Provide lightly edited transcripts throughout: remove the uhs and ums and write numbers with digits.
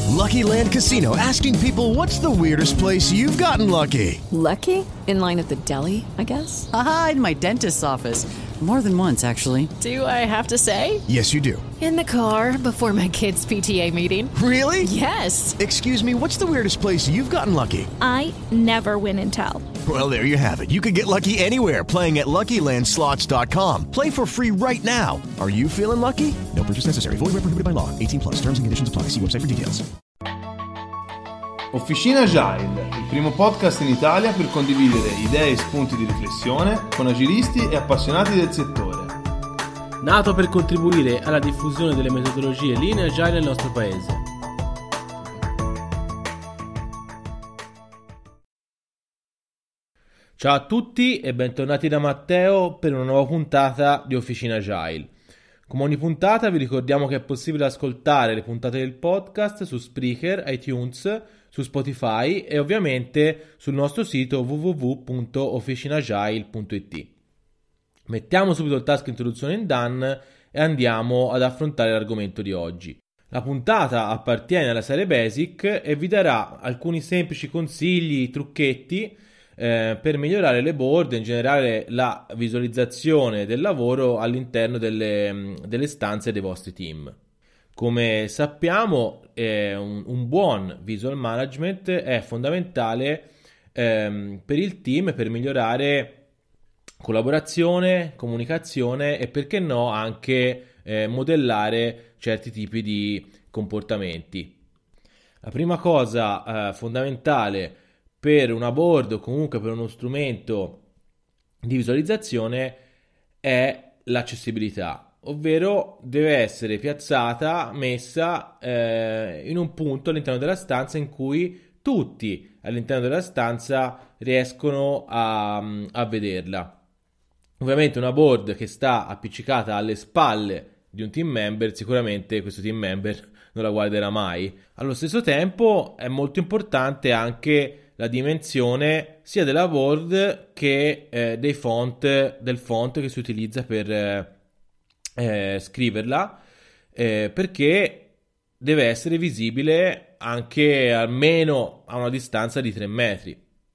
Lucky Land Casino, asking people, what's the weirdest place you've gotten lucky? Lucky? In line at the deli, I guess? Aha, in my dentist's office. More than once, actually. Do I have to say? Yes, you do. In the car before my kids' PTA meeting. Really? Yes. Excuse me, what's the weirdest place you've gotten lucky? I never win and tell. Well, there you have it. You can get lucky anywhere, playing at LuckyLandSlots.com. Play for free right now. Are you feeling lucky? No purchase necessary. Void where prohibited by law. 18+. Terms and conditions apply. See website for details. Officina Agile, il primo podcast in Italia per condividere idee e spunti di riflessione con agilisti e appassionati del settore. Nato per contribuire alla diffusione delle metodologie Lean e Agile nel nostro paese. Ciao a tutti e bentornati da Matteo per una nuova puntata di Officina Agile. Come ogni puntata vi ricordiamo che è possibile ascoltare le puntate del podcast su Spreaker, iTunes, su Spotify e ovviamente sul nostro sito www.officinagile.it. Mettiamo subito il tasto introduzione in done e andiamo ad affrontare l'argomento di oggi. La puntata appartiene alla serie Basic e vi darà alcuni semplici consigli, trucchetti per migliorare le board e in generale la visualizzazione del lavoro all'interno delle stanze dei vostri team. Come sappiamo, un buon visual management è fondamentale per il team, per migliorare collaborazione, comunicazione e perché no anche modellare certi tipi di comportamenti. La prima cosa fondamentale per una board o comunque per uno strumento di visualizzazione è l'accessibilità, ovvero deve essere piazzata, messa in un punto all'interno della stanza in cui tutti all'interno della stanza riescono a vederla. Ovviamente una board che sta appiccicata alle spalle di un team member, sicuramente questo team member non la guarderà mai. Allo stesso tempo è molto importante anche la dimensione sia della board che del font che si utilizza per scriverla, perché deve essere visibile anche almeno a una distanza di 3 metri.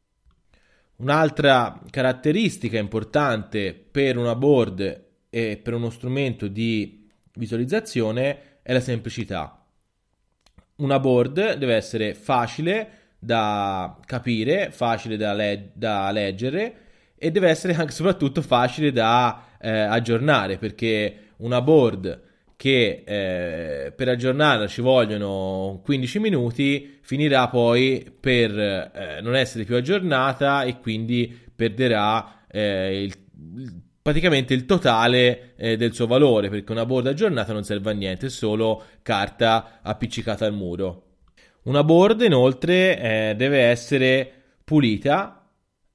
Un'altra caratteristica importante per una board e per uno strumento di visualizzazione è la semplicità. Una board deve essere facile da capire, facile da leggere e deve essere anche soprattutto facile da aggiornare, perché una board che per aggiornarla ci vogliono 15 minuti finirà poi per non essere più aggiornata e quindi perderà praticamente il totale del suo valore, perché una board aggiornata non serve a niente, è solo carta appiccicata al muro. Una board inoltre deve essere pulita,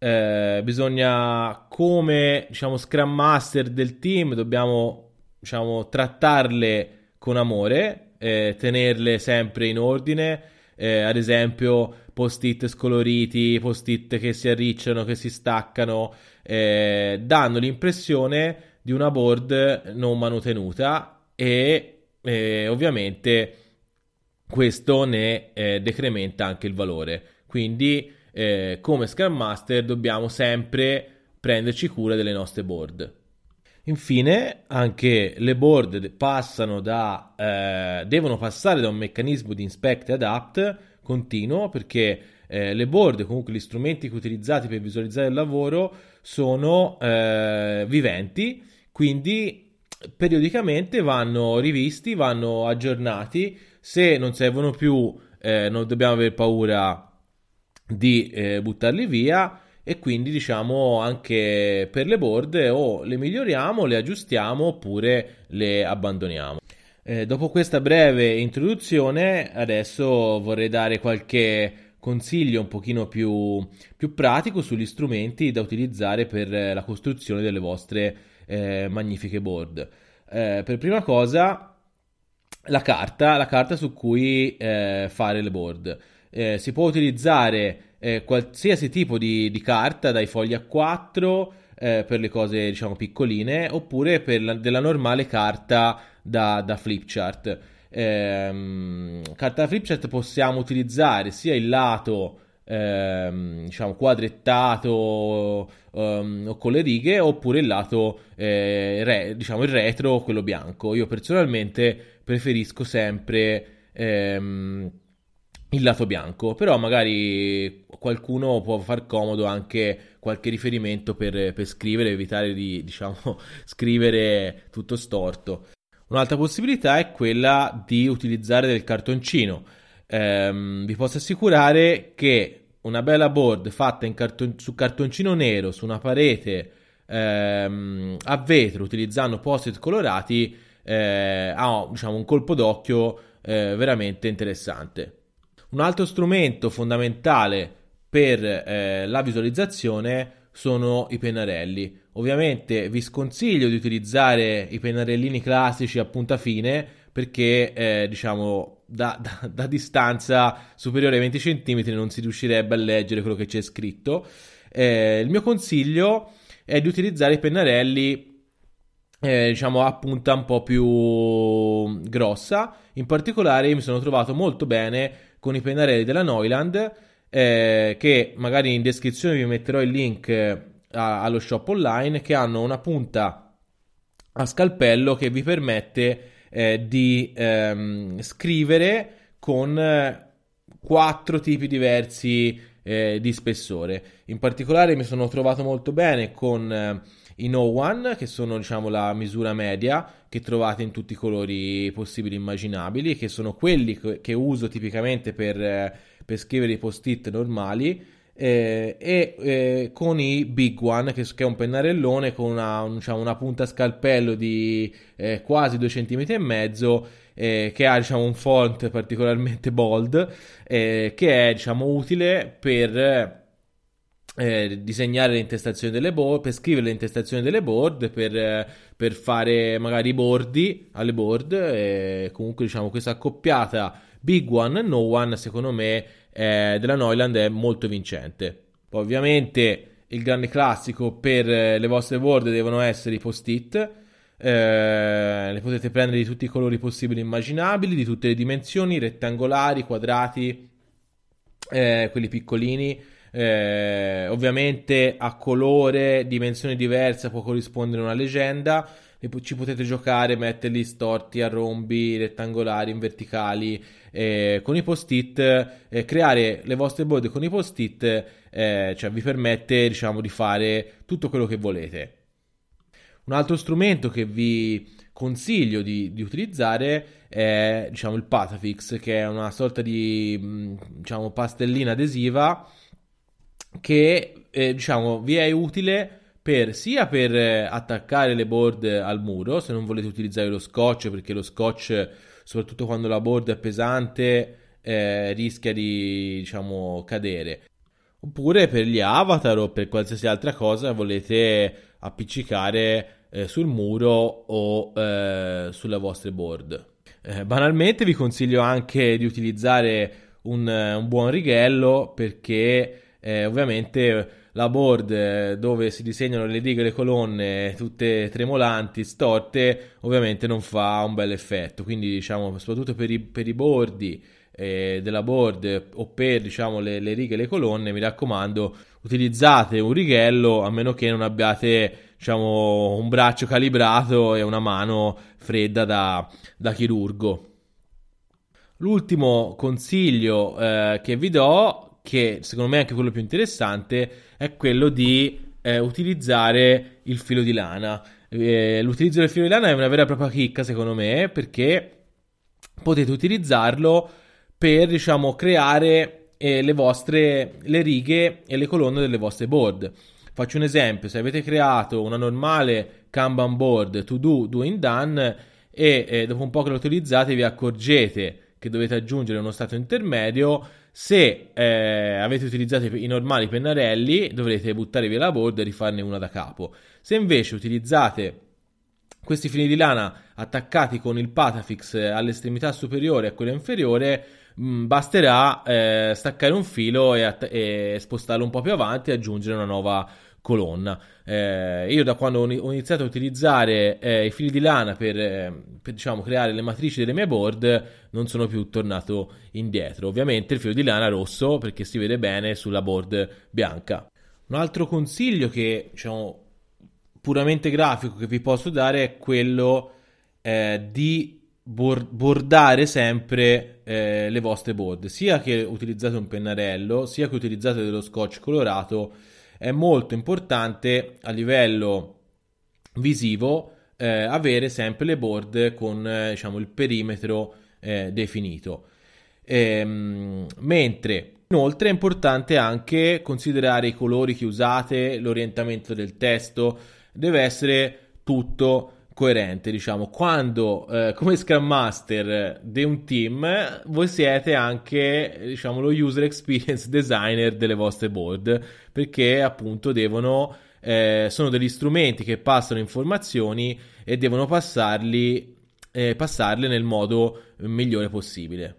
bisogna, come Scrum Master del team, dobbiamo trattarle con amore, tenerle sempre in ordine, ad esempio post-it scoloriti, post-it che si arricciano, che si staccano, danno l'impressione di una board non manutenuta e ovviamente questo ne decrementa anche il valore. Quindi come Scrum Master dobbiamo sempre prenderci cura delle nostre board. Infine anche le board devono passare da un meccanismo di inspect e adapt continuo, perché le board, comunque gli strumenti utilizzati per visualizzare il lavoro, sono viventi, quindi periodicamente vanno rivisti, vanno aggiornati. Se non servono più non dobbiamo aver paura di buttarli via, e quindi anche per le board o le miglioriamo, le aggiustiamo oppure le abbandoniamo. Dopo questa breve introduzione adesso vorrei dare qualche consiglio un pochino più pratico sugli strumenti da utilizzare per la costruzione delle vostre magnifiche board. Per prima cosa la carta su cui fare le board. Si può utilizzare qualsiasi tipo di carta, dai fogli A4 per le cose piccoline, oppure della normale carta da flipchart. carta da flipchart possiamo utilizzare sia il lato diciamo quadrettato o con le righe, oppure il lato diciamo il retro, quello bianco. Io personalmente preferisco sempre il lato bianco, però magari qualcuno può far comodo anche qualche riferimento per scrivere, evitare di, diciamo, scrivere tutto storto. Un'altra possibilità è quella di utilizzare del cartoncino. Vi posso assicurare che una bella board fatta su cartoncino nero su una parete a vetro, utilizzando post-it colorati, ha, diciamo, un colpo d'occhio veramente interessante. Un altro strumento fondamentale per la visualizzazione sono i pennarelli. Ovviamente vi sconsiglio di utilizzare i pennarellini classici a punta fine, perché diciamo da distanza superiore ai 20 cm non si riuscirebbe a leggere quello che c'è scritto. Il mio consiglio è di utilizzare i pennarelli diciamo a punta un po' più grossa. In particolare mi sono trovato molto bene con i pennarelli della Neuland, che magari in descrizione vi metterò il link allo shop online, che hanno una punta a scalpello che vi permette di scrivere con 4 tipi diversi di spessore. In particolare mi sono trovato molto bene con i No One, che sono, diciamo, la misura media, che trovate in tutti i colori possibili e immaginabili, che sono quelli che uso tipicamente per scrivere i post-it normali, e con i Big One, che è un pennarellone con una punta a scalpello di quasi 2,5 cm, che ha, diciamo, un font particolarmente bold, che è, diciamo, utile per disegnare le intestazioni delle board, per scrivere le intestazioni delle board, per fare magari i bordi alle board. Comunque, diciamo, questa accoppiata Big One e No One, secondo me, della Neuland è molto vincente. Poi ovviamente il grande classico per le vostre board devono essere i post-it. Le potete prendere di tutti i colori possibili e immaginabili, di tutte le dimensioni, rettangolari, quadrati, quelli piccolini. Ovviamente a colore, dimensione diversa può corrispondere una leggenda. Ci potete giocare, metterli storti, a rombi, rettangolari, in verticali, con i post-it. Creare le vostre board con i post-it cioè vi permette, diciamo, di fare tutto quello che volete. Un altro strumento che vi consiglio di utilizzare è, diciamo, il Patafix, che è una sorta di, diciamo, pastellina adesiva che diciamo vi è utile sia per attaccare le board al muro, se non volete utilizzare lo scotch, perché lo scotch, soprattutto quando la board è pesante, rischia di, diciamo, cadere, oppure per gli avatar o per qualsiasi altra cosa volete appiccicare sul muro o sulle vostre board. Banalmente vi consiglio anche di utilizzare un buon righello, perché ovviamente la board dove si disegnano le righe e le colonne tutte tremolanti, storte, ovviamente non fa un bel effetto. Quindi, diciamo, soprattutto per i bordi della board o per, diciamo, le righe e le colonne, mi raccomando, utilizzate un righello, a meno che non abbiate, diciamo, un braccio calibrato e una mano fredda da chirurgo. L'ultimo consiglio che vi do, che secondo me è anche quello più interessante, è quello di utilizzare il filo di lana. L'utilizzo del filo di lana è una vera e propria chicca, secondo me, perché potete utilizzarlo per, diciamo, creare le righe e le colonne delle vostre board. Faccio un esempio: se avete creato una normale Kanban board to do in done e dopo un po' che lo utilizzate vi accorgete che dovete aggiungere uno stato intermedio, se avete utilizzato i normali pennarelli dovrete buttare via la board e rifarne una da capo. Se invece utilizzate questi fili di lana attaccati con il Patafix all'estremità superiore e a quella inferiore, basterà staccare un filo e spostarlo un po' più avanti e aggiungere una nuova colonna. Io da quando ho iniziato a utilizzare i fili di lana per diciamo creare le matrici delle mie board, non sono più tornato indietro. Ovviamente il filo di lana rosso, perché si vede bene sulla board bianca. Un altro consiglio che, diciamo, puramente grafico che vi posso dare è quello di bordare sempre le vostre board, sia che utilizzate un pennarello, sia che utilizzate dello scotch colorato. È molto importante a livello visivo avere sempre le board con diciamo il perimetro definito, mentre inoltre è importante anche considerare i colori che usate, l'orientamento del testo, deve essere tutto coerente. Diciamo, quando come Scrum Master di un team voi siete anche, diciamo, lo user experience designer delle vostre board, perché appunto sono degli strumenti che passano informazioni e devono passarle nel modo migliore possibile.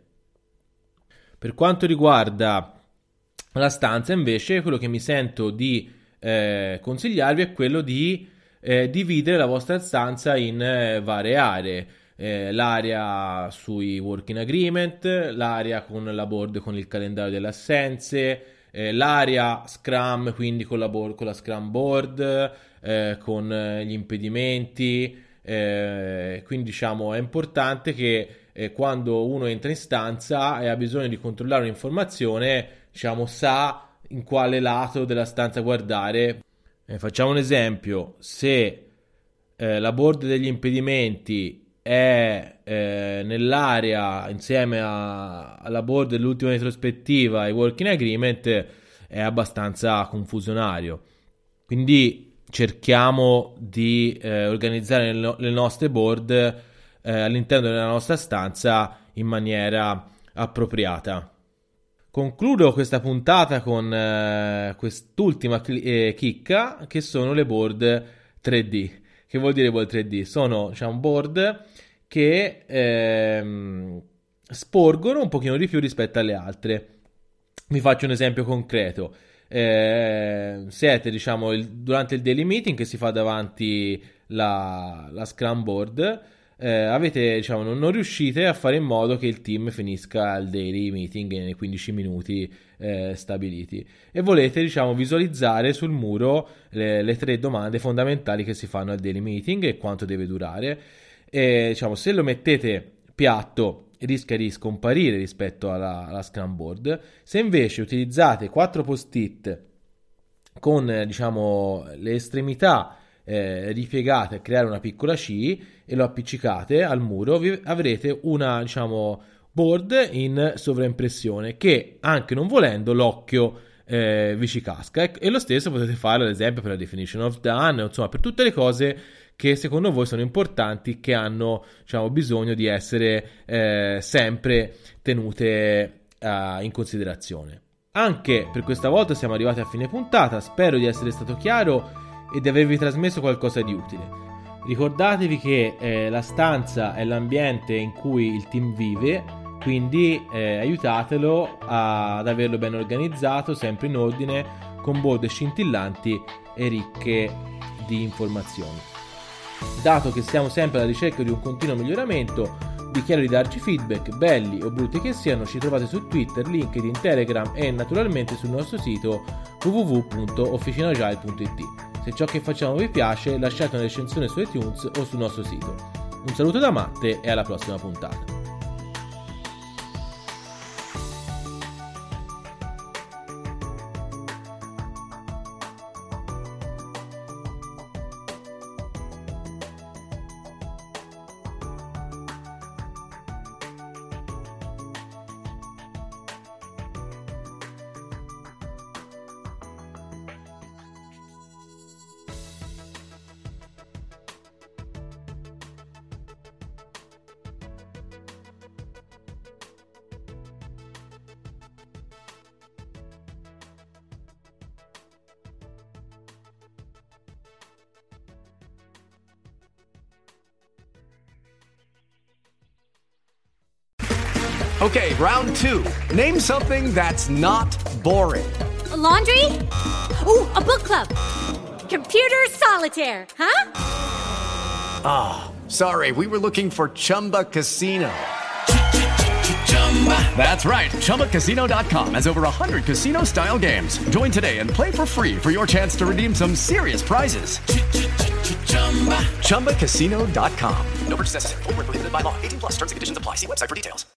Per quanto riguarda la stanza, invece, quello che mi sento di consigliarvi è quello di dividere la vostra stanza in varie aree. L'area sui working agreement, l'area con la board con il calendario delle assenze, l'area Scrum, quindi con la Scrum board, con gli impedimenti. Quindi diciamo è importante che quando uno entra in stanza e ha bisogno di controllare un'informazione, diciamo, sa in quale lato della stanza guardare. Facciamo un esempio: se la board degli impedimenti è nell'area insieme alla board dell'ultima retrospettiva e working agreement, è abbastanza confusionario. Quindi cerchiamo di organizzare le nostre board all'interno della nostra stanza in maniera appropriata. Concludo questa puntata con quest'ultima chicca, che sono le board 3D. Che vuol dire board 3D? Sono, diciamo, board che sporgono un pochino di più rispetto alle altre. Vi faccio un esempio concreto. Siete, diciamo, durante il daily meeting che si fa davanti la Scrum board, avete, diciamo, non riuscite a fare in modo che il team finisca il daily meeting nei 15 minuti stabiliti, e volete, diciamo, visualizzare sul muro le 3 domande fondamentali che si fanno al daily meeting e quanto deve durare. Diciamo, se lo mettete piatto rischia di scomparire rispetto alla Scrum board. Se invece utilizzate 4 post-it con, diciamo, le estremità ripiegate a creare una piccola C e lo appiccicate al muro, avrete una, diciamo, board in sovraimpressione che, anche non volendo, l'occhio vi ci casca. E lo stesso potete fare, ad esempio, per la definition of done, insomma, per tutte le cose che secondo voi sono importanti, che hanno, diciamo, bisogno di essere sempre tenute in considerazione. Anche per questa volta siamo arrivati a fine puntata. Spero di essere stato chiaro e di avervi trasmesso qualcosa di utile. Ricordatevi che la stanza è l'ambiente in cui il team vive, quindi aiutatelo ad averlo ben organizzato, sempre in ordine, con board scintillanti e ricche di informazioni. Dato che siamo sempre alla ricerca di un continuo miglioramento, vi chiedo di darci feedback, belli o brutti che siano. Ci trovate su Twitter, LinkedIn, Telegram e naturalmente sul nostro sito www.officinaagile.it. Se ciò che facciamo vi piace, lasciate una recensione su iTunes o sul nostro sito. Un saluto da Matte e alla prossima puntata. Okay, round 2. Name something that's not boring. A laundry? Ooh, a book club. Computer solitaire, huh? Ah, sorry, we were looking for Chumba Casino. That's right, ChumbaCasino.com has over 100 casino-style games. Join today and play for free for your chance to redeem some serious prizes. ChumbaCasino.com. No purchase necessary. Void where prohibited by law. 18+ terms and conditions apply. See website for details.